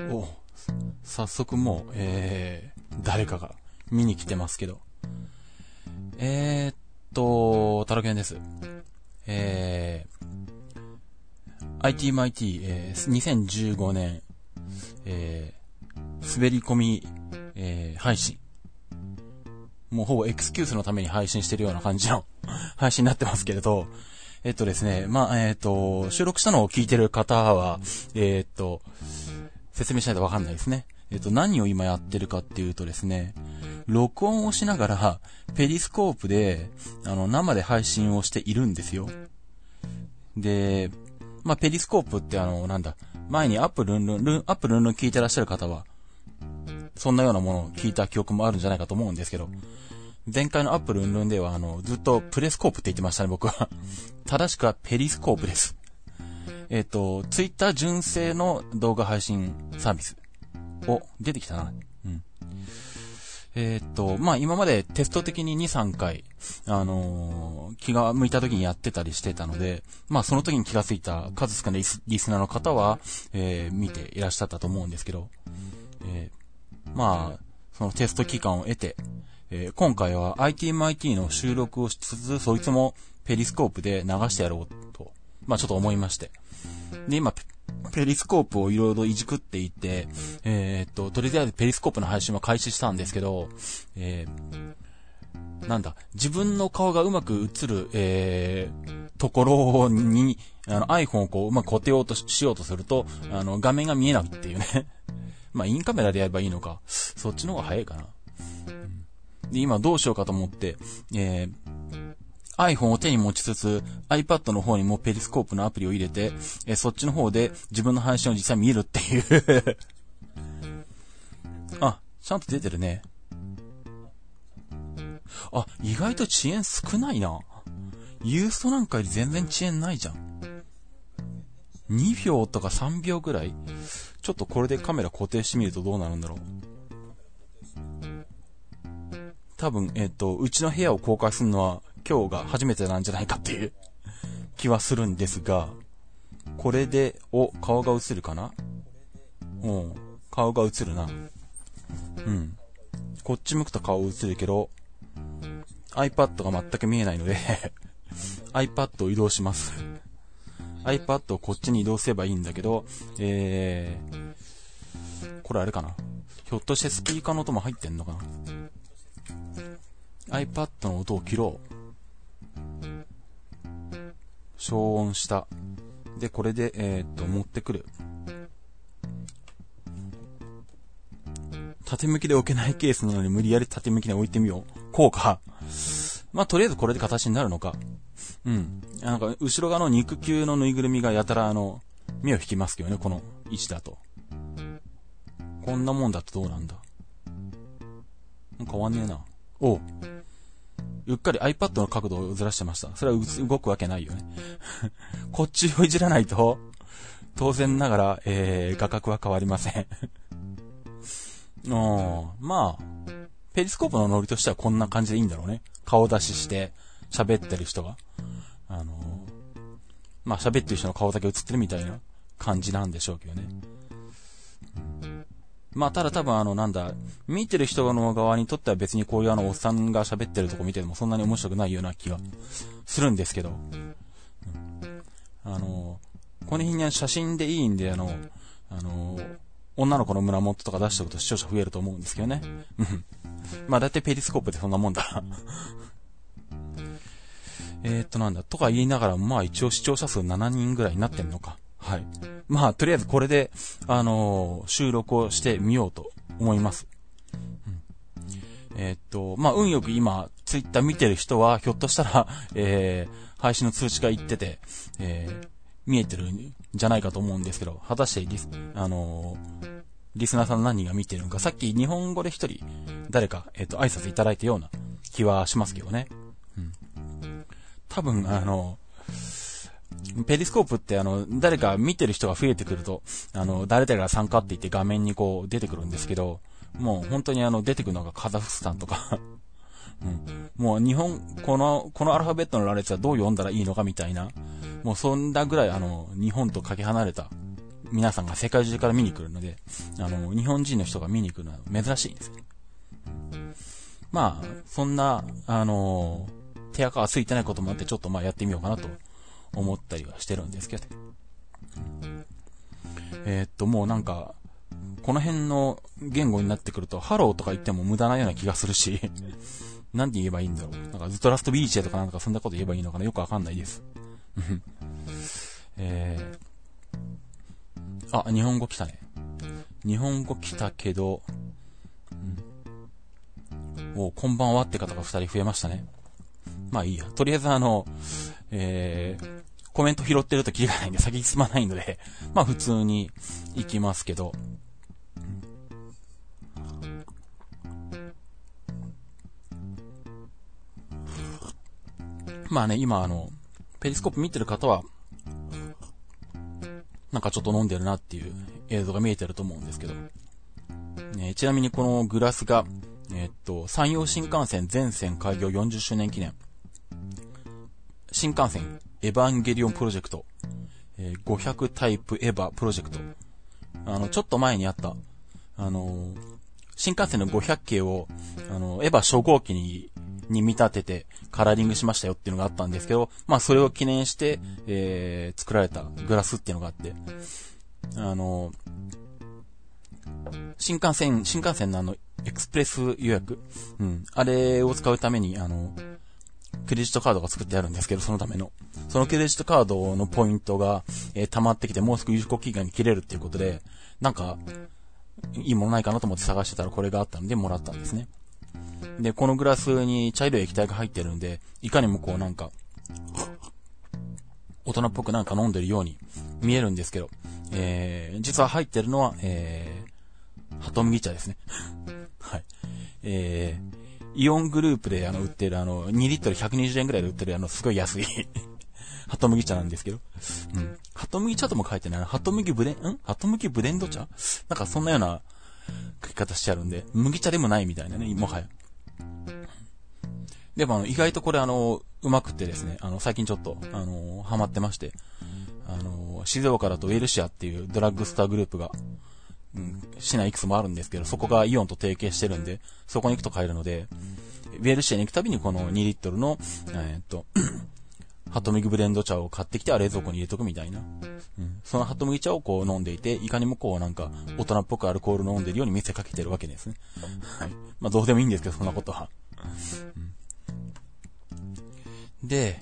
お、早速もう、誰かが見に来てますけど。タラケンです。ITMIT、2015年、滑り込み、配信。もうほぼエクスキュースのために配信してるような感じの配信になってますけれど、ですね、収録したのを聞いてる方は、説明しないとわかんないですね。何を今やってるかっていうとですね、録音をしながら、ペリスコープで、生で配信をしているんですよ。で、ペリスコープって前にアップルンルン聞いてらっしゃる方は、そんなようなものを聞いた記憶もあるんじゃないかと思うんですけど、前回のアップルンルンではずっとプレスコープって言ってましたね、僕は。正しくはペリスコープです。ツイッター純正の動画配信サービス。出てきたな。今までテスト的に2、3回、気が向いた時にやってたりしてたので、その時に気がついた数少ないリスナーの方は、見ていらっしゃったと思うんですけど、そのテスト期間を得て、今回は ITMIT の収録をしつつ、そいつもペリスコープで流してやろうと、ちょっと思いまして。で、今、ペリスコープをいろいろいじくっていて、とりあえずペリスコープの配信は開始したんですけど、自分の顔がうまく映る、ところに、iPhone をこう、うまく固定しようとすると、画面が見えないっていうね。インカメラでやればいいのか。そっちの方が早いかな。で、今どうしようかと思って、iPhone を手に持ちつつ iPad の方にもペリスコープのアプリを入れて、そっちの方で自分の配信を実際見るっていうちゃんと出てるね。意外と遅延少ないな。ユーストなんかより全然遅延ないじゃん。2秒とか3秒ぐらい。ちょっとこれでカメラ固定してみるとどうなるんだろう。多分、うちの部屋を公開するのは今日が初めてなんじゃないかっていう気はするんですが、これで、顔が映るかな？顔が映るな。こっち向くと顔映るけど、iPad が全く見えないのでiPad を移動します。iPad をこっちに移動すればいいんだけど、これあれかな？ひょっとしてスピーカーの音も入ってんのかな？ iPad の音を切ろう。消音した。で、これで、持ってくる。縦向きで置けないケースなのに無理やり縦向きに置いてみよう。こうか。とりあえずこれで形になるのか。後ろ側の肉球のぬいぐるみがやたら目を引きますけどね、この位置だと。こんなもんだとどうなんだ。変わんねえな。うっかり iPad の角度をずらしてました。それは動くわけないよね。こっちをいじらないと、当然ながら、画角は変わりません。ペリスコープのノリとしてはこんな感じでいいんだろうね。顔出しして、喋ってる人が。喋ってる人の顔だけ映ってるみたいな感じなんでしょうけどね。ただ多分見てる人の側にとっては別にこういうおっさんが喋ってるとこ見ててもそんなに面白くないような気がするんですけど。この日に写真でいいんで女の子の胸元とか出しておくと視聴者増えると思うんですけどね。だいたいペリスコープってそんなもんだ。とか言いながら、一応視聴者数7人ぐらいになってんのか。はい。とりあえずこれで、収録をしてみようと思います。運よく今、ツイッター見てる人は、ひょっとしたら、配信の通知が言ってて、見えてるんじゃないかと思うんですけど、果たしてリスナーさん何人が見てるのか、さっき日本語で一人、誰か、挨拶いただいたような気はしますけどね。多分、ペリスコープって誰か見てる人が増えてくると、誰々が参加って言って画面にこう出てくるんですけど、もう本当に出てくるのがカザフスタンとか、もうこのアルファベットの羅列はどう読んだらいいのかみたいな、もうそんなぐらい日本とかけ離れた皆さんが世界中から見に来るので、日本人の人が見に来るのは珍しいんですよ。まあ、そんな、手垢がついてないこともあって、ちょっとまあやってみようかなと思ったりはしてるんですけど。もうなんか、この辺の言語になってくると、ハローとか言っても無駄なような気がするし、なんて言えばいいんだろう。なんか、ズトラストビーチェとかなんかそんなこと言えばいいのかな、よくわかんないです。日本語来たね。日本語来たけど、こんばんはって方が2人増えましたね。まあいいや。とりあえずコメント拾ってるとキリがないんで先進まないので、まあ普通に行きますけど。まあね、今ペリスコープ見てる方は、なんかちょっと飲んでるなっていう映像が見えてると思うんですけど。ちなみにこのグラスが、山陽新幹線全線開業40周年記念。新幹線エヴァンゲリオンプロジェクト。500タイプエヴァプロジェクト。ちょっと前にあった、新幹線の500系を、エヴァ初号機に見立ててカラーリングしましたよっていうのがあったんですけど、まあそれを記念して、作られたグラスっていうのがあって、新幹線のエクスプレス予約、あれを使うために、クレジットカードが作ってあるんですけど、そのための。そのクレジットカードのポイントが、溜まってきて、もうすぐ有効期限に切れるっていうことで、なんか、いいものないかなと思って探してたらこれがあったのでもらったんですね。で、このグラスに茶色い液体が入ってるんで、いかにもこうなんか、大人っぽくなんか飲んでるように見えるんですけど、実は入ってるのは、ハトムギ茶ですね。はい。イオングループで売ってる2リットル120円ぐらいで売ってるすごい安いハトムギ茶なんですけど。ハトムギ茶とも書いてない。ハトムギブレンド茶なんかそんなような書き方してあるんで、麦茶でもないみたいなね、もはや。でも意外とこれうまくってですね、最近ちょっと、ハマってまして、静岡だとウェルシアっていうドラッグストアグループが、市内いくつもあるんですけど、そこがイオンと提携してるんで、そこに行くと買えるので、ウェルシアに行くたびにこの2リットルの、ハトムギブレンド茶を買ってきて冷蔵庫に入れとくみたいな。そのハトムギ茶をこう飲んでいて、いかにもこうなんか大人っぽくアルコール飲んでるように見せかけてるわけですね。はい。まあどうでもいいんですけど、そんなことは。で、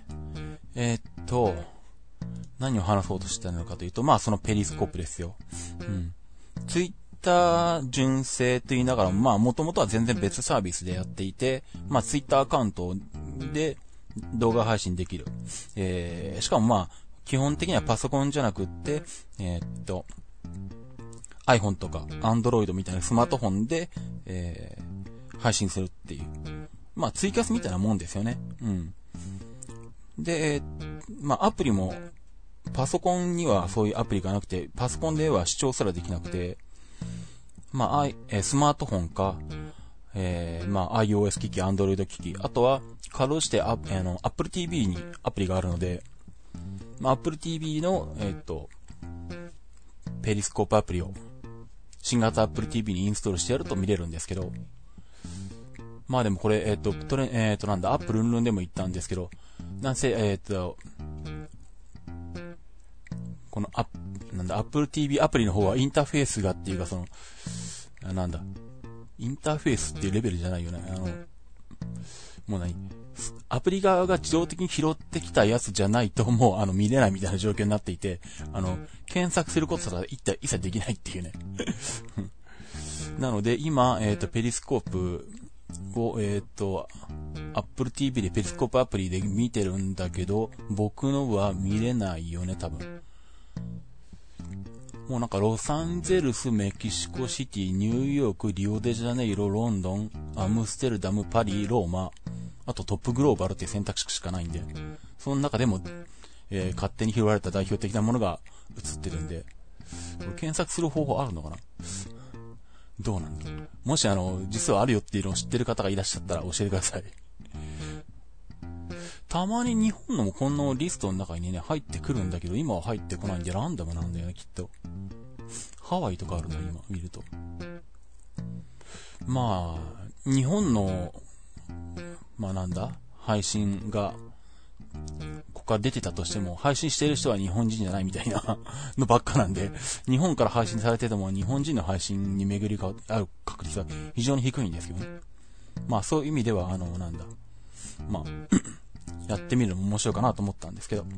何を話そうとしてたのかというと、まあそのペリスコープですよ。ツイッター純正と言いながらも、まあ元々は全然別サービスでやっていて、まあツイッターアカウントで動画配信できる。しかもまあ基本的にはパソコンじゃなくって、iPhone とか Android みたいなスマートフォンで、配信するっていう。まあツイキャスみたいなもんですよね。で、まあアプリもパソコンにはそういうアプリがなくて、パソコンでは視聴すらできなくて、まあ、スマートフォンか、まあ iOS 機器、Android 機器、あとはかろうじてApple TV にアプリがあるので、まあ Apple TV のペリスコープアプリを新型 Apple TV にインストールしてやると見れるんですけど、まあでもこれなんだ、Apple ルンルンでも言ったんですけど、なんせこのApple TV アプリの方はインターフェースがっていうかインターフェースっていうレベルじゃないよね。もうアプリ側が自動的に拾ってきたやつじゃないともう見れないみたいな状況になっていて、検索することすら一切できないっていうね。なので今、ペリスコープを、Apple TV でペリスコープアプリで見てるんだけど、僕のは見れないよね、多分。もうなんかロサンゼルス、メキシコシティ、ニューヨーク、リオデジャネイロ、ロンドン、アムステルダム、パリ、ローマ、あとトップグローバルっていう選択肢しかないんで、その中でも、勝手に拾われた代表的なものが映ってるんで、検索する方法あるのかな？どうなんだろう。もし実はあるよっていうのを知ってる方がいらっしゃったら教えてください。たまに日本のもこのリストの中にね、入ってくるんだけど、今は入ってこないんでランダムなんだよね、きっと。 ハワイとかあるな、今見ると。まあ、日本の、まあなんだ、配信が、ここから出てたとしても、配信してる人は日本人じゃないみたいなのばっかなんで、日本から配信されてても日本人の配信に巡りがある確率は非常に低いんですよね。まあそういう意味では、なんだ、まあ、やってみるのも面白いかなと思ったんですけど。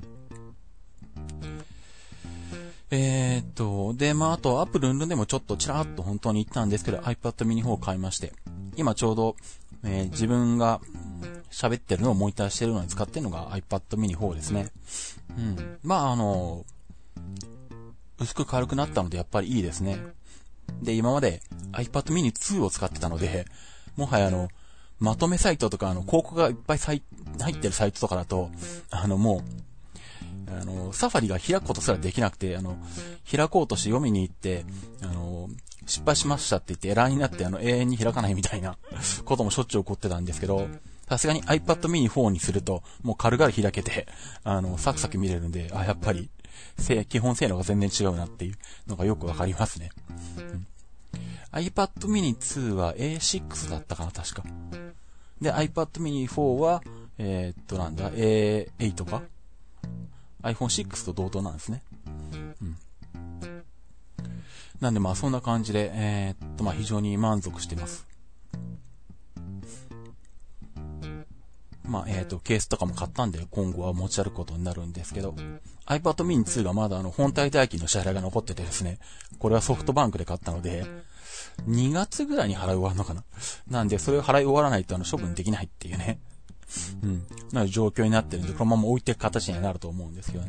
で、まああと、アップルンでもちょっとちらっと本当に言ったんですけど、iPad mini 4を買いまして、今ちょうど、自分が喋ってるのをモニターしてるのに使ってるのが iPad mini 4ですね。うん。まあ薄く軽くなったのでやっぱりいいですね。で、今まで iPad mini 2を使ってたので、もはやまとめサイトとか広告がいっぱい入ってるサイトとかだと、もう、サファリが開くことすらできなくて、開こうとして読みに行って、失敗しましたって言ってエラーになって永遠に開かないみたいなこともしょっちゅう起こってたんですけど、さすがに iPad mini 4にすると、もう軽々開けて、サクサク見れるんで、やっぱり、基本性能が全然違うなっていうのがよくわかりますね。うん、iPad mini 2は A6 だったかな、確か。で、iPad mini 4は、なんだ、A8 かiPhone 6と同等なんですね。うん。なんでまあそんな感じで、まあ非常に満足してます。まあケースとかも買ったんで今後は持ち歩くことになるんですけど、iPad mini 2がまだ本体代金の支払いが残っててですね、これはソフトバンクで買ったので、2月ぐらいに払い終わるのかな。なんでそれを払い終わらないと処分できないっていうね。うん。なので状況になってるんで、このまま置いていく形になると思うんですけどね。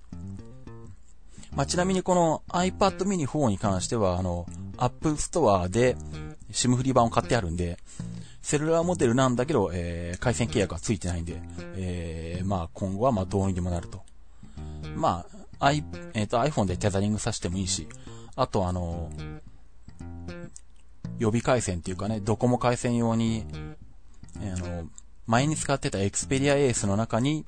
まあ、ちなみにこの iPad mini 4に関しては、Apple Store で SIM フリー版を買ってあるんで、セルラーモデルなんだけど、回線契約はついてないんで、まあ、今後はまあ、どうにでもなると。まあ、iPhone でテザリングさせてもいいし、あと予備回線っていうかね、ドコモ回線用に、前に使ってた Xperia Ace の中に、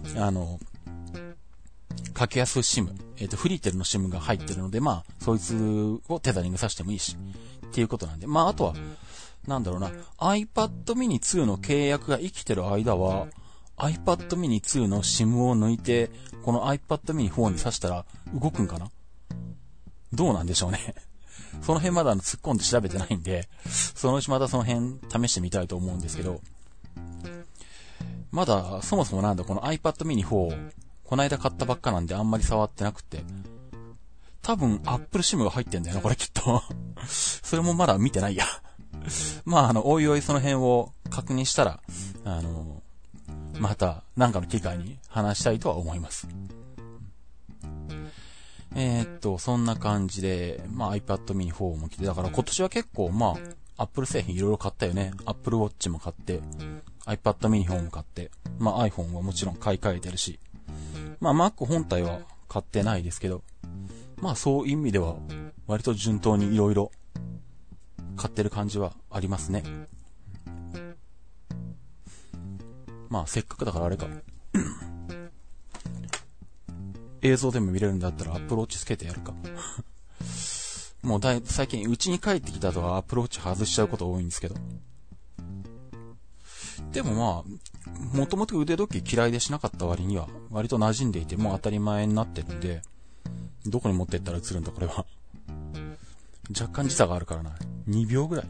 格安SIM、フリーテルの SIM が入ってるので、まあ、そいつをテザリングさせてもいいし、っていうことなんで、まあ、あとは、なんだろうな、iPad mini 2の契約が生きてる間は、iPad mini 2の SIM を抜いて、この iPad mini 4に挿したら動くんかな？どうなんでしょうね。その辺まだ突っ込んで調べてないんで、そのうちまたその辺試してみたいと思うんですけど、まだ、そもそもなんだ、この iPad mini 4、こないだ買ったばっかなんであんまり触ってなくて、多分 Apple SIM が入ってんだよな、これきっと。それもまだ見てないや。まあ、おいおいその辺を確認したら、また、なんかの機会に話したいとは思います。そんな感じで、まあ iPad mini 4も来て、だから今年は結構、まあ、Apple 製品いろいろ買ったよね。Apple Watch も買って、iPad mini 4も買って、まあ iPhone はもちろん買い替えてるし、まあ Mac 本体は買ってないですけど、まあそういう意味では、割と順当にいろいろ買ってる感じはありますね。まあせっかくだからあれか。映像でも見れるんだったらアップローチつけてやるか。もう最近家に帰ってきたとはアップローチ外しちゃうこと多いんですけど。でもまあ、もともと腕時計嫌いでしなかった割には割と馴染んでいてもう当たり前になってるんで、どこに持ってったら映るんだこれは。若干時差があるからな。2秒ぐらい。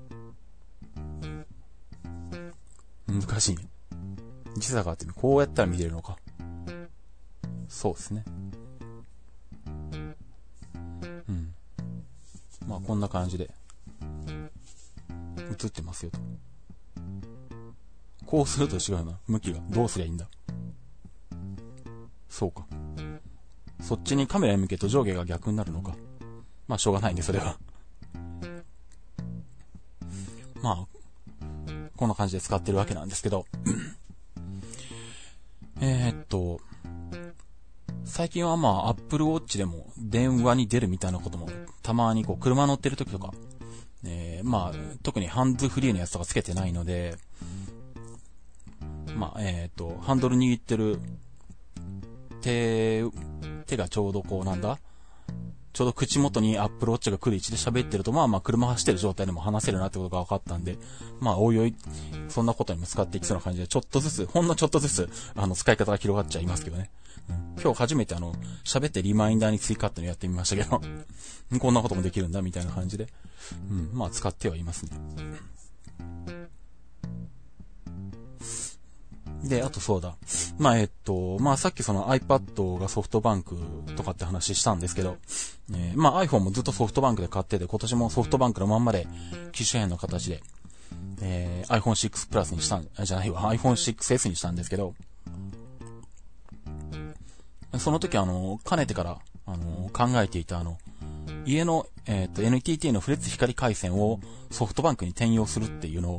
難しいね。時差があってこうやったら見れるのか。そうですね。うん。まあこんな感じで映ってますよと。こうすると違うな。向きがどうすりゃいいんだ。そうか。そっちにカメラに向けと上下が逆になるのか。まあしょうがないんでそれは。まあこんな感じで使ってるわけなんですけど。最近はまあ Apple Watch でも電話に出るみたいなこともたまにこう車乗ってる時とか、まあ特にハンズフリーのやつとかつけてないので、まあハンドル握ってる手がちょうどこうなんだ、 ちょうど口元にアップルウォッチが来る位置で喋ってると、まあまあ車走ってる状態でも話せるなってことが分かったんで、まあおいおい、そんなことにも使っていきそうな感じで、ちょっとずつ、ほんのちょっとずつ、使い方が広がっちゃいますけどね。今日初めて喋ってリマインダーに追加ってのやってみましたけど、こんなこともできるんだみたいな感じで、まあ使ってはいますね。で、あとそうだ。まあさっきその iPad がソフトバンクとかって話したんですけど、まあ iPhone もずっとソフトバンクで買ってて、今年もソフトバンクのまんまで機種変の形で、iPhone 6 Plus にしたん、じゃないわ、iPhone 6S にしたんですけど、その時かねてから、考えていた家の、NTT のフレッツ光回線をソフトバンクに転用するっていうのを、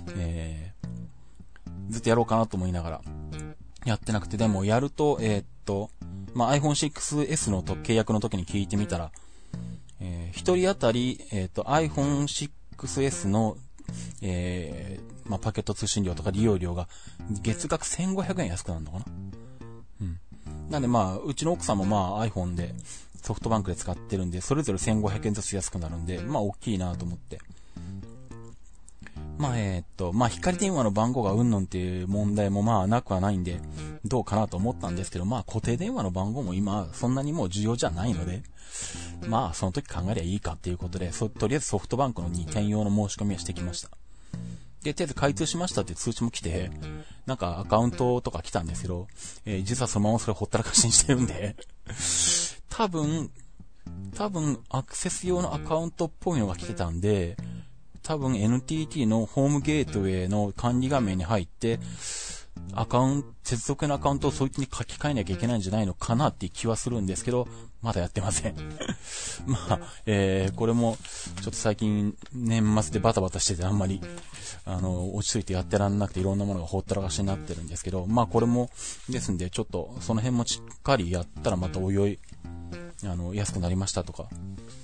ずっとやろうかなと思いながら、やってなくて、でもやると、まあ、iPhone 6S の契約の時に聞いてみたら、一人当たり、iPhone 6S の、まあ、パケット通信料とか利用料が月額1500円安くなるのかな。なんでまあ、うちの奥さんもまあ iPhone でソフトバンクで使ってるんで、それぞれ1500円ずつ安くなるんで、まあ大きいなと思って。まあまあ光電話の番号がうんぬんっていう問題もまあなくはないんで、どうかなと思ったんですけど、まあ固定電話の番号も今そんなにもう重要じゃないので、まあその時考えりゃいいかっていうことで、とりあえずソフトバンクのに転用の申し込みをしてきました。で、とりあえず開通しましたって通知も来て、なんかアカウントとか来たんですけど、実はそのままそれほったらかしにしてるんで、多分、アクセス用のアカウントっぽいのが来てたんで、多分 NTT のホームゲートウェイの管理画面に入って、接続のアカウントをそいつに書き換えなきゃいけないんじゃないのかなっていう気はするんですけど、まだやってません。まあ、これも、ちょっと最近年末でバタバタしててあんまり、落ち着いてやってらんなくていろんなものがほったらかしになってるんですけど、まあこれも、ですんでちょっとその辺もしっかりやったらまたおいおい、安くなりましたとか、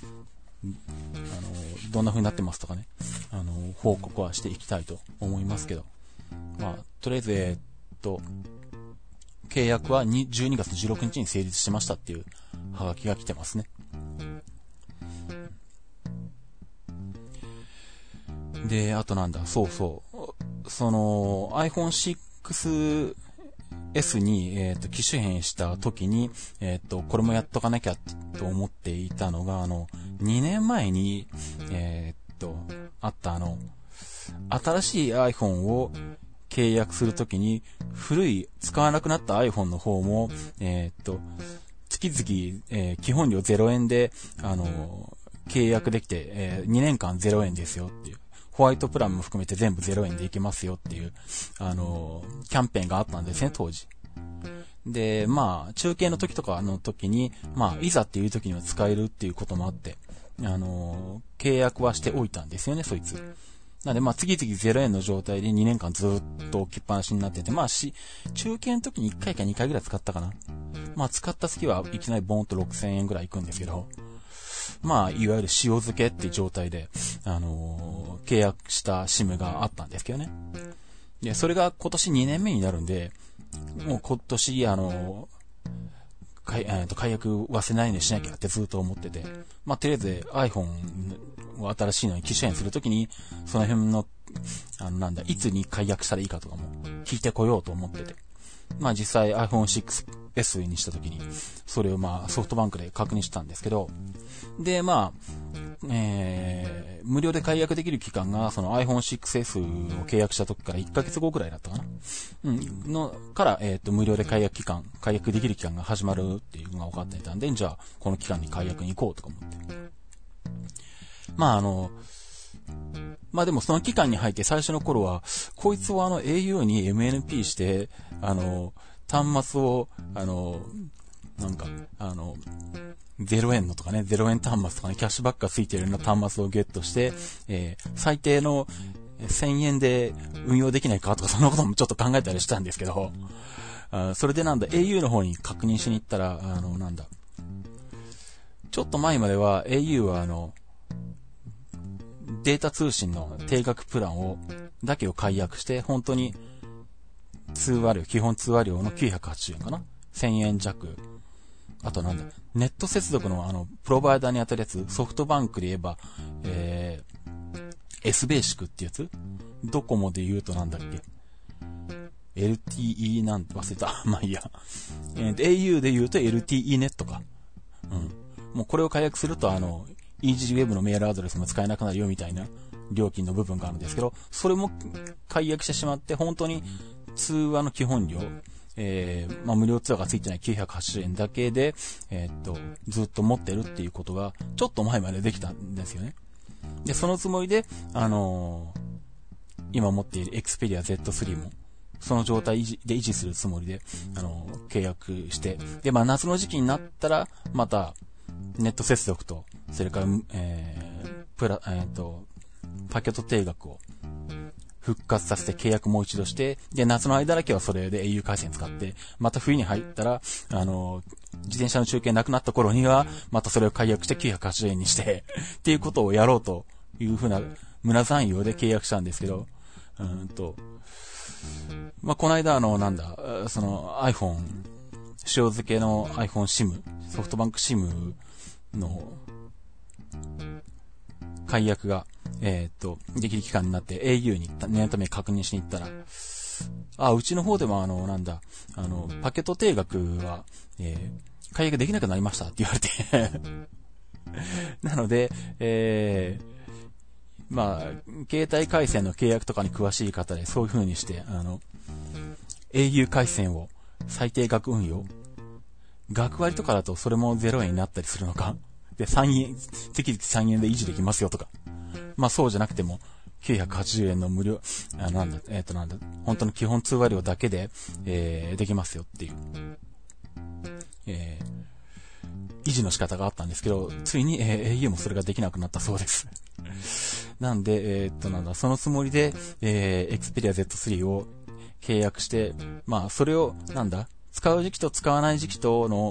どんな風になってますとかね、報告はしていきたいと思いますけど、まあ、とりあえず、契約は12月16日に成立しましたっていうハガキが来てますね。で、あとなんだ、そうそう。その iPhone 6S に、機種変した時に、これもやっとかなきゃと思っていたのが、2年前に、あった新しい iPhone を契約するときに、古い使わなくなった iPhone の方も、月々、基本料0円で、契約できて、2年間0円ですよっていう。ホワイトプランも含めて全部0円でいけますよっていう、キャンペーンがあったんですね、当時。で、まあ、中継の時とかの時に、まあ、いざっていう時には使えるっていうこともあって、契約はしておいたんですよね、そいつ。なんで、まあ、次々0円の状態で2年間ずっと置きっぱなしになってて、まあ、中継の時に1回か2回ぐらい使ったかな。まあ、使った月はいきなりボーンと6000円ぐらいいくんですけど、まあ、いわゆる塩漬けっていう状態で、契約した SIM があったんですけどね。で、それが今年2年目になるんで、もう今年、解約忘れないようにしなきゃってずっと思ってて、まあ、とりあえず iPhone を新しいのに機種変するときに、その辺の、いつに解約したらいいかとかも聞いてこようと思ってて。まあ実際 iPhone 6S にしたときに、それをまあソフトバンクで確認したんですけど、で、まあ、無料で解約できる期間が、その iPhone 6S を契約した時から1ヶ月後くらいだったかな。から、無料で解約できる期間が始まるっていうのが分かっていたんで、じゃあ、この期間に解約に行こうとか思って。まあまあでもその期間に入って最初の頃は、こいつをau に MNP して、端末を、0円のとかね、0円端末とかね、キャッシュバックがついているような端末をゲットして、最低の1000円で運用できないかとか、そんなこともちょっと考えたりしたんですけど、それでau の方に確認しに行ったら、ちょっと前までは au はデータ通信の定額プランだけを解約して、本当に基本通話料の980円かな ?1000 円弱あとなんだ、ネット接続のプロバイダーに当たるやつ、ソフトバンクで言えば、S ベーシックってやつ？ドコモで言うとなんだっけ？ LTE なんて忘れた。まあいいや。au で言うと LTE ネットか。うん。もうこれを解約するとEasyWeb のメールアドレスも使えなくなるよみたいな料金の部分があるんですけど、それも解約してしまって、本当に通話の基本料、無料通話がついてない980円だけで、ずっと持ってるっていうことが、ちょっと前までできたんですよね。で、そのつもりで、今持っている Xperia Z3 も、その状態で維持するつもりで、契約して、で、夏の時期になったら、また、ネット接続と、それから、パケット定額を復活させて契約もう一度して、で、夏の間だけはそれで au 回線使って、また冬に入ったら、自転車の中継なくなった頃には、またそれを解約して980円にして、っていうことをやろうというふうな村残用で契約したんですけど、この間その iPhone、塩付けの iPhone SIM、ソフトバンク SIM の解約が、できる期間になって au に念のために確認しに行ったら、うちの方でもパケット定額は、解約できなくなりましたって言われてなので、携帯回線の契約とかに詳しい方でそういう風にして、au 回線を最低額運用、額割とかだとそれも0円になったりするのか。で、月々3円で維持できますよとか。そうじゃなくても、980円の無料、本当の基本通話料だけで、できますよっていう、維持の仕方があったんですけど、ついに、au もそれができなくなったそうです。なんで、そのつもりで、Xperia Z3 を契約して、それを、使う時期と使わない時期との、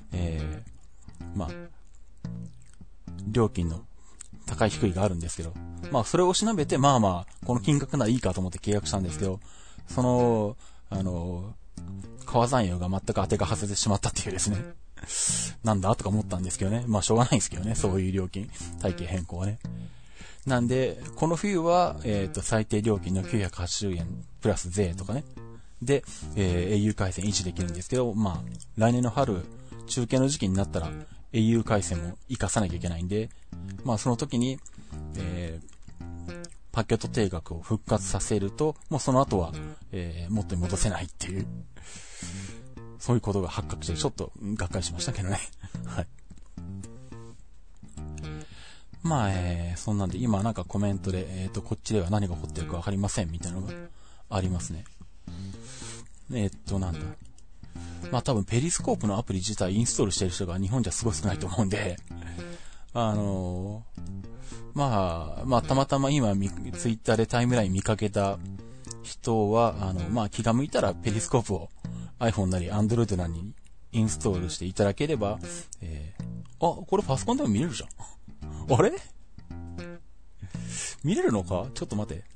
料金の高い低いがあるんですけど、それを調べて、この金額ならいいかと思って契約したんですけど、その、川残用が全く当てが外れてしまったっていうですね。なんだとか思ったんですけどね。しょうがないんですけどね。そういう料金、体系変更はね。なんで、この冬は、最低料金の980円プラス税とかね。で、au 回線維持できるんですけど、来年の春、中継の時期になったら、au 回線も活かさなきゃいけないんで、その時に、パケット定額を復活させると、もうその後は、元に戻せないっていう、そういうことが発覚して、ちょっとがっかりしましたけどね。はい。そんなんで、今コメントで、こっちでは何が起こってるかわかりませんみたいなのがありますね。多分ペリスコープのアプリ自体インストールしてる人が日本じゃすごい少ないと思うんで、たまたま今ツイッターでタイムライン見かけた人は、気が向いたらペリスコープを iPhone なり Android なりにインストールしていただければ、これパソコンでも見れるじゃん。あれ見れるのか？ちょっと待て。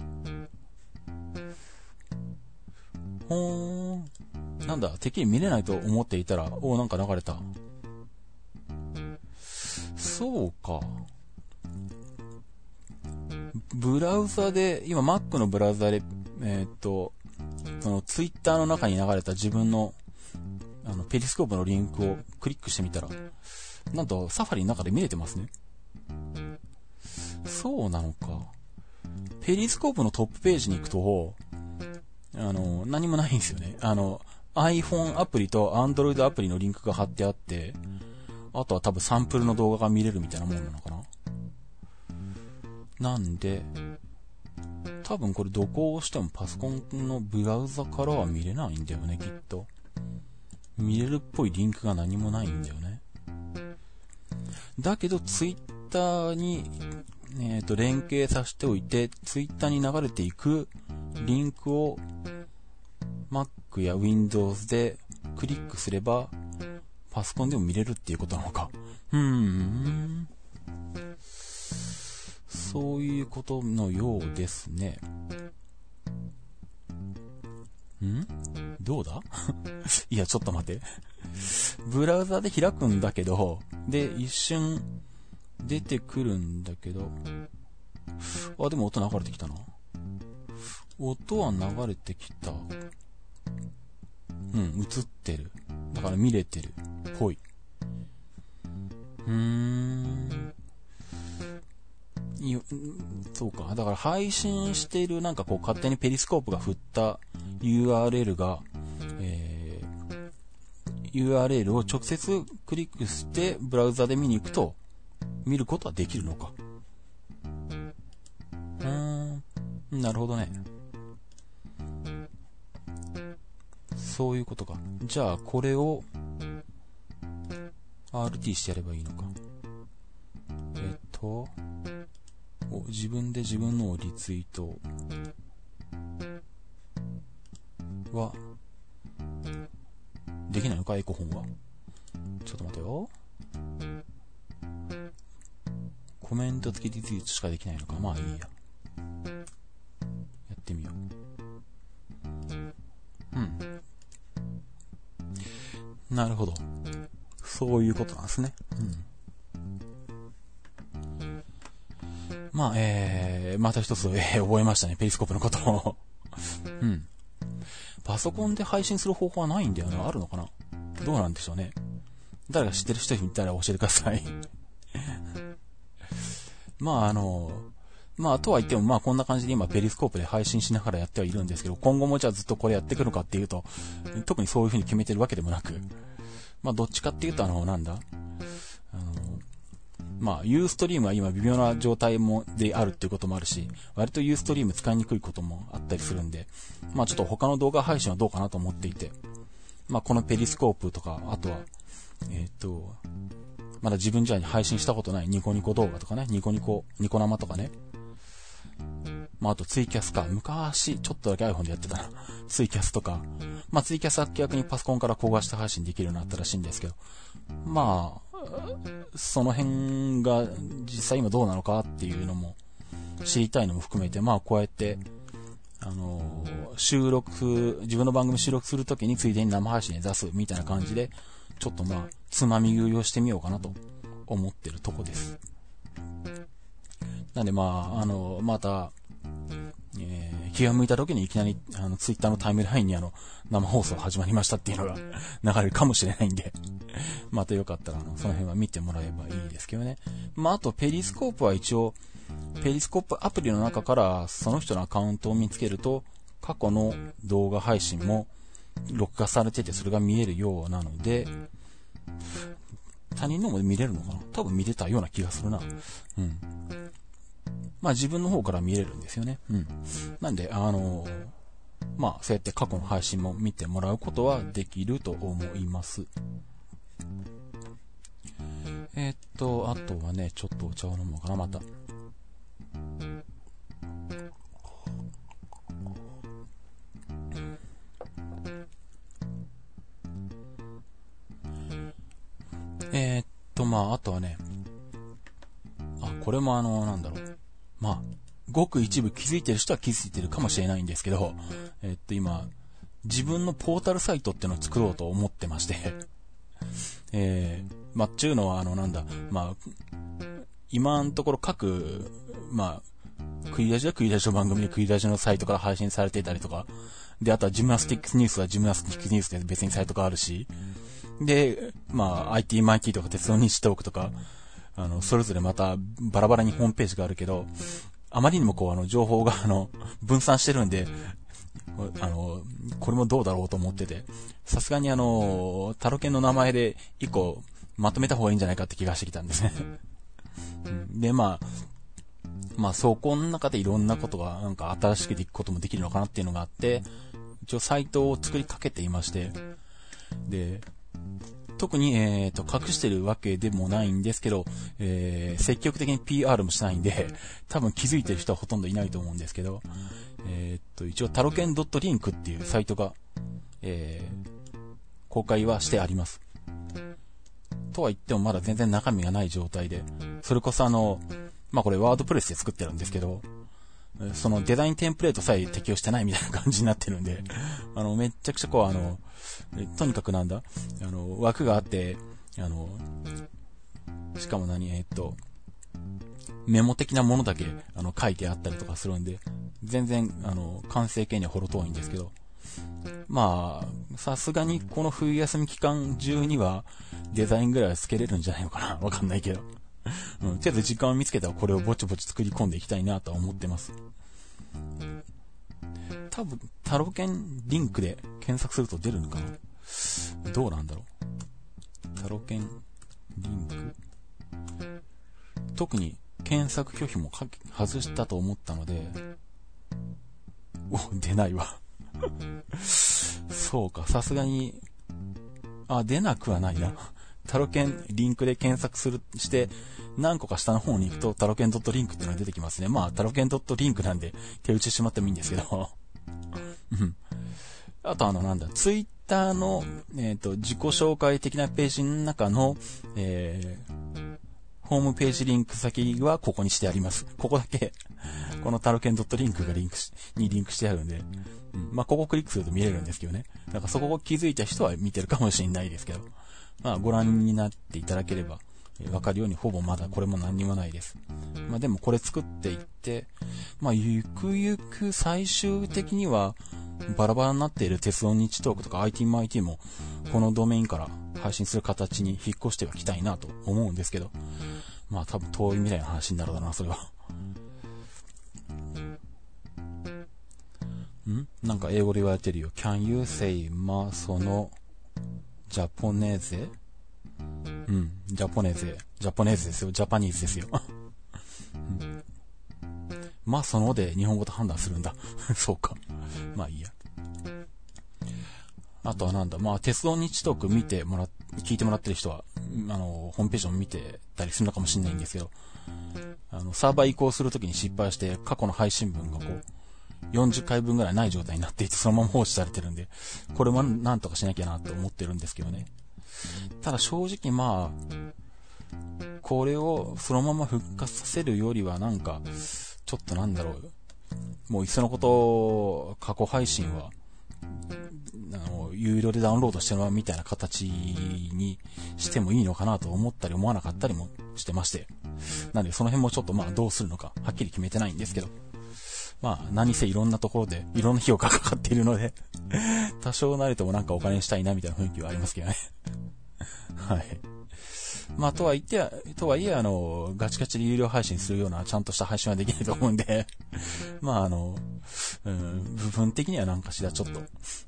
てっきり見れないと思っていたら、なんか流れた。そうか。ブラウザで、今 Mac のブラウザで、その Twitter の中に流れた自分の、ペリスコープのリンクをクリックしてみたら、なんとサファリの中で見れてますね。そうなのか。ペリスコープのトップページに行くと、何もないんですよね。iPhone アプリと Android アプリのリンクが貼ってあって、あとは多分サンプルの動画が見れるみたいなもんなのかな。なんで、多分これどこを押してもパソコンのブラウザからは見れないんだよね、きっと。見れるっぽいリンクが何もないんだよね。だけど、ツイッターに、連携させておいて、ツイッターに流れていくリンクを Mac や Windows でクリックすれば、パソコンでも見れるっていうことなのか。そういうことのようですね。 どうだいや、ちょっと待って。ブラウザで開くんだけど、で、一瞬出てくるんだけど、あ、でも音流れてきたな。音は流れてきた。うん、映ってる。だから見れてる。ぽい。そうか。だから配信しているなんかこう勝手にペリスコープが振った URL が、URL を直接クリックしてブラウザで見に行くと見ることはできるのか。なるほどね。そういうことか。じゃあこれを RT してやればいいのか。自分で自分のをリツイートはできないのか、エコ本は。ちょっと待てよ。コメント付きリツイートしかできないのか。まあいいや。やってみよう。なるほど。そういうことなんですね。まあ、また一つ、覚えましたね。ペリスコープのことを。パソコンで配信する方法はないんだよな。あるのかな。どうなんでしょうね。誰か知ってる人いたら教えてください。まあ、とは言っても、まあ、こんな感じで今、ペリスコープで配信しながらやってはいるんですけど、今後もじゃあずっとこれやっていくのかっていうと、特にそういう風に決めてるわけでもなく、まあ、どっちかっていうと、まあ、ユーストリームは今微妙な状態であるっていうこともあるし、割とユーストリーム使いにくいこともあったりするんで、まあちょっと他の動画配信はどうかなと思っていて、まあこのペリスコープとか、あとは、まだ自分じゃ配信したことないニコニコ動画とかね、ニコ生とかね、まああとツイキャスか、昔ちょっとだけ iPhone でやってたな、ツイキャスとか、まあツイキャスは逆にパソコンから高画質配信できるようになったらしいんですけど、まあ、その辺が実際今どうなのかっていうのも知りたいのも含めて、まあこうやって、自分の番組収録するときについでに生配信で出すみたいな感じで、ちょっとまあ、つまみ食いをしてみようかなと思ってるとこです。なんでまあ、また、気が向いた時にいきなり、ツイッターのタイムラインに生放送始まりましたっていうのが流れるかもしれないんで、またよかったら、その辺は見てもらえばいいですけどね。まあ、あと、ペリスコープは一応、ペリスコープアプリの中から、その人のアカウントを見つけると、過去の動画配信も録画されてて、それが見えるようなので、他人のも見れるのかな？多分見れたような気がするな。まあ自分の方から見れるんですよね。なんで、まあそうやって過去の配信も見てもらうことはできると思います。あとはね、ちょっとお茶を飲もうかな、また。まあ、あとはね、これもまあ、ごく一部気づいてる人は気づいてるかもしれないんですけど、今、自分のポータルサイトってのを作ろうと思ってまして、まあ、ちゅうのはまあ、今のところ各、まあ、クイラジの番組でクイラジのサイトから配信されていたりとか、で、あとはジムナスティックスニュースはジムナスティックスニュースで別にサイトがあるし、で、まあ、IT マイキーとか鉄道日誌トークとか、それぞれまたバラバラにホームページがあるけど、あまりにもこう情報が分散してるんで、これもどうだろうと思ってて、さすがにタロケンの名前で一個まとめた方がいいんじゃないかって気がしてきたんですね。で、まあそこの中でいろんなことがなんか新しくできることもできるのかなっていうのがあって、一応サイトを作りかけていまして、で、特に、隠してるわけでもないんですけど、積極的に PR もしないんで、多分気づいてる人はほとんどいないと思うんですけど、一応タロケン .link っていうサイトが、公開はしてあります。とは言ってもまだ全然中身がない状態で、それこそまあこれワードプレスで作ってるんですけど、 そのデザインテンプレートさえ適用してないみたいな感じになってるんで、めっちゃくちゃこうとにかく枠があって、しかもメモ的なものだけ、書いてあったりとかするんで、全然、完成形にはほど遠いんですけど、まあ、さすがにこの冬休み期間中には、デザインぐらいはつけれるんじゃないのかなわかんないけど。とりあえず時間を見つけたらこれをぼちぼち作り込んでいきたいなとは思ってます。多分、タロケンリンクで検索すると出るのかな。どうなんだろう。タロケンリンク。特に検索拒否も外したと思ったので、出ないわ。そうか、さすがに、出なくはないな。タロケンリンクで検索して、何個か下の方に行くとタロケン.link っていうのが出てきますね。まあ、タロケン.link なんで手打ちしてしまってもいいんですけど。あとツイッターの、自己紹介的なページの中の、ホームページリンク先はここにしてあります。ここだけ、このタロケン.link がリンクしてあるんで、まあ、ここクリックすると見れるんですけどね。だからそこを気づいた人は見てるかもしれないですけど、まあ、ご覧になっていただければ、わかるようにほぼまだこれも何にもないです。まあ、でもこれ作っていって、まあ、ゆくゆく最終的には、バラバラになっている鉄道日トークとか ITMIT も、このドメインから配信する形に引っ越してはいきたいなと思うんですけど、まあ多分遠い未来の話になるだろうな、それは。なんか英語で言われてるよ。Can you say まあそのジャポネーゼ？ジャポネーゼですよ。ジャパニーズですよ。まあそので日本語と判断するんだ。そうか。まあいいや。あとはまあ鉄道日トーク聞いてもらってる人は、ホームページを見てたりするのかもしれないんですけど、サーバー移行するときに失敗して過去の配信分がこう、40回分ぐらいない状態になっていてそのまま放置されてるんで、これもなんとかしなきゃなと思ってるんですけどね。ただ正直まあ、これをそのまま復活させるよりはちょっともういっそのこと、過去配信は、有料でダウンロードしてもらうみたいな形にしてもいいのかなと思ったり思わなかったりもしてまして。なんでその辺もちょっとまあどうするのかはっきり決めてないんですけど。まあ何せいろんなところでいろんな費用がかかっているので、多少なりともお金にしたいなみたいな雰囲気はありますけどね。はい。まあとはいえ、ガチガチで有料配信するようなちゃんとした配信はできないと思うんで、まあ部分的には何かしらちょっと、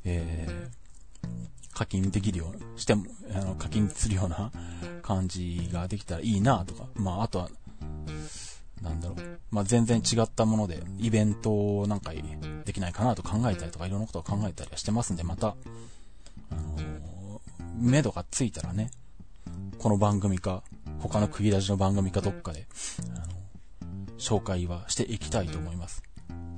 課金できるようしても、課金するような感じができたらいいなとか、まああとは、まあ全然違ったもので、イベントをできないかなと考えたりとか、いろんなことを考えたりはしてますんで、また、目処がついたらね、この番組か、他のクギラジの番組かどっかで、紹介はしていきたいと思います。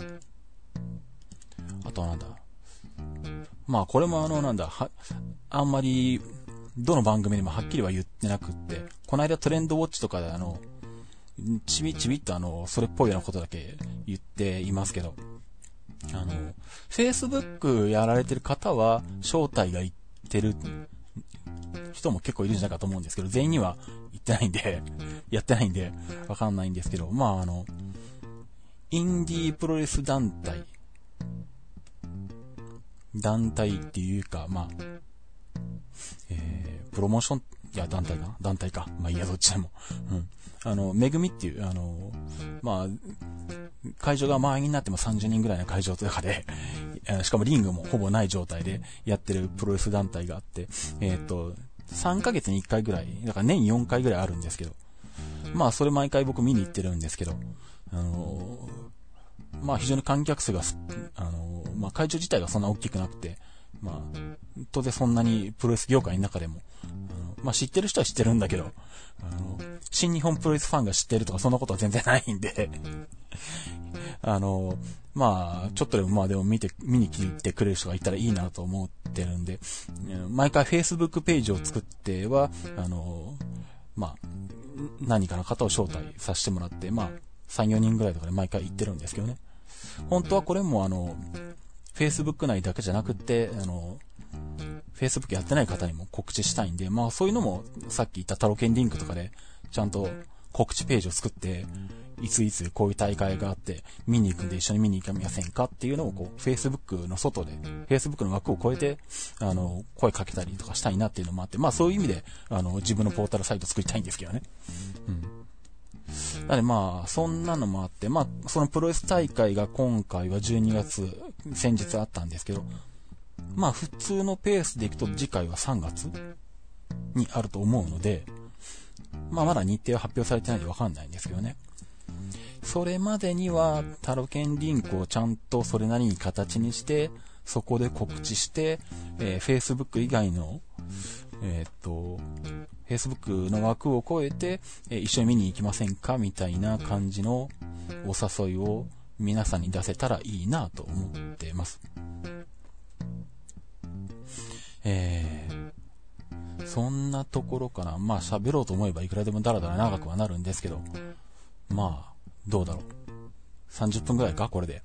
あとはまあこれもあんまり、どの番組でもはっきりは言ってなくって、この間トレンドウォッチとかでちびっとそれっぽいようなことだけ言っていますけど、Facebook やられてる方は、招待が言ってる人も結構いるんじゃないかと思うんですけど、全員には言ってないんで、やってないんで、わかんないんですけど、まあインディープロレス団体っていうか、まあ、プロモーション、団体か。まあいいや、どっちでも。めぐみっていう、まあ、会場が満員になっても30人ぐらいの会場とかで、しかもリングもほぼない状態でやってるプロレス団体があって、3ヶ月に1回ぐらい、だから年4回ぐらいあるんですけど、まあそれ毎回僕見に行ってるんですけど、まあ非常に観客数が、まあ会場自体がそんな大きくなくて、まあ、当然そんなにプロレス業界の中でも、まあ知ってる人は知ってるんだけど、新日本プロレスファンが知ってるとかそんなことは全然ないんで、まあ、ちょっとでもまあでも見に来てくれる人がいたらいいなと思ってるんで、毎回 Facebook ページを作っては、まあ、何かの方を招待させてもらって、まあ、3、4人ぐらいとかで毎回行ってるんですけどね。 本当はこれもFacebook 内だけじゃなくて、Facebook やってない方にも告知したいんで、まあそういうのもさっき言ったタロケンリンクとかで、ちゃんと告知ページを作って、いついつこういう大会があって、見に行くんで一緒に見に行きませんかっていうのをこう、Facebook の外で、Facebook の枠を超えて、声かけたりとかしたいなっていうのもあって、まあそういう意味で、自分のポータルサイト作りたいんですけどね。うん。なのでまあ、そんなのもあって、まあ、そのプロレス大会が今回は12月、先日あったんですけど、まあ普通のペースでいくと次回は3月にあると思うので、まあまだ日程は発表されてないんでわかんないんですけどね。それまでにはタロケンリンクをちゃんとそれなりに形にして、そこで告知して、Facebook 以外の、Facebook の枠を超えて、一緒に見に行きませんかみたいな感じのお誘いを皆さんに出せたらいいなと思っています。そんなところかな。まあ喋ろうと思えばいくらでもダラダラ長くはなるんですけど、まあどうだろう。30分ぐらいかこれで。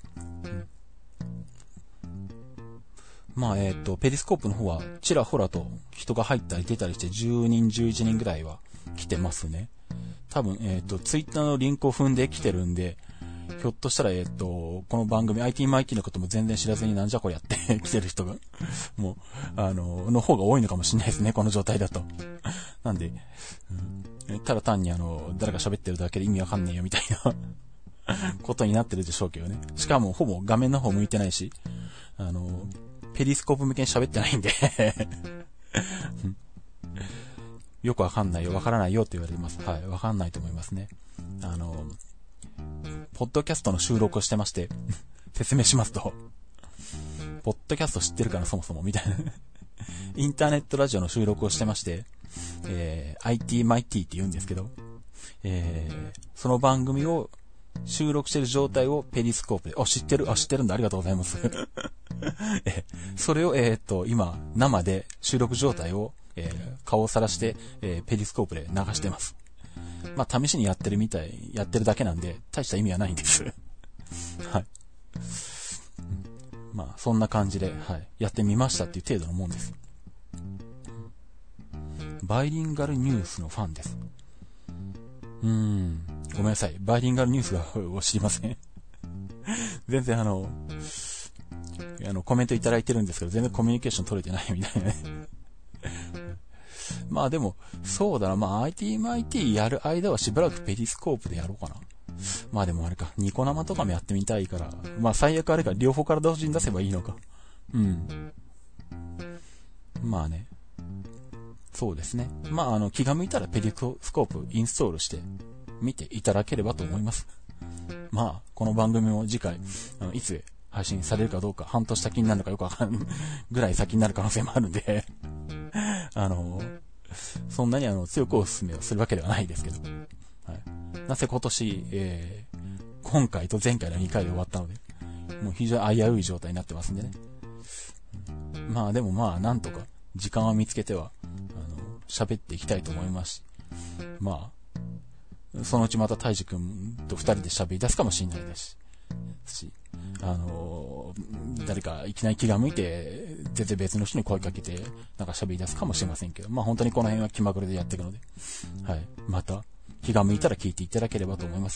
まあペリスコープの方はちらほらと人が入ったり出たりして10人11人ぐらいは来てますね。多分ツイッターのリンクを踏んで来てるんで、ひょっとしたらこの番組 IT のことも全然知らずになんじゃこりゃって来てる人がもうの方が多いのかもしれないですね、この状態だと。なんで、ただ単に誰か喋ってるだけで意味わかんねえよみたいなことになってるでしょうけどね。しかもほぼ画面の方向いてないし、ペリスコープ向けに喋ってないんでよくわかんないよ、わからないよって言われてます。はい、わかんないと思いますね。ポッドキャストの収録をしてまして説明しますと、ポッドキャスト知ってるかなそもそもみたいなインターネットラジオの収録をしてまして、IT マイティって言うんですけど、その番組を収録してる状態をペリスコープで、知ってるんだ、ありがとうございますそれを今生で収録状態を、顔をさらして、ペリスコープで流してます。まあ試しにやってるだけなんで大した意味はないんですはい。まあそんな感じで、はい、やってみましたっていう程度のもんです。バイリンガルニュースのファンです。ごめんなさい。バイリンガルニュースを知りません全然コメントいただいてるんですけど、全然コミュニケーション取れてないみたいなねまあでも、そうだな。まあ IT やる間はしばらくペリスコープでやろうかな。まあでもあれか、ニコ生とかもやってみたいから、まあ最悪あれか、両方から同時に出せばいいのか。まあね。そうですね。まあ気が向いたらペリスコープインストールして見ていただければと思います。まあ、この番組も次回、いつ配信されるかどうか、半年先になるのかよくわかんないぐらい先になる可能性もあるんでそんなに強くお勧めをするわけではないですけど、はい、なぜ今年、今回と前回の2回で終わったので、もう非常に危うい状態になってますんでね。まあでもまあなんとか時間を見つけては喋っていきたいと思いますし、まあそのうちまた大治君と2人で喋り出すかもしれないですし、誰かいきなり気が向いて全然別の人に声かけてなんか喋り出すかもしれませんけど、まあ本当にこの辺は気まぐれでやっていくので、はい、また気が向いたら聞いていただければと思います。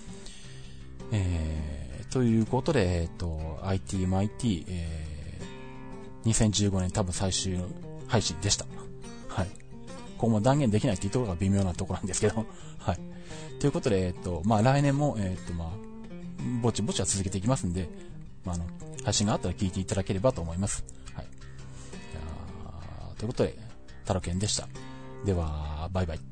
ということで、IT マイティ、2015年多分最終配信でした。はい。ここも断言できないっていうところが微妙なところなんですけど、はい。ということで、まあ来年も、まあぼちぼちは続けていきますんで、まあ配信があったら聞いていただければと思います。はい。ということで、タロケンでした。では、バイバイ。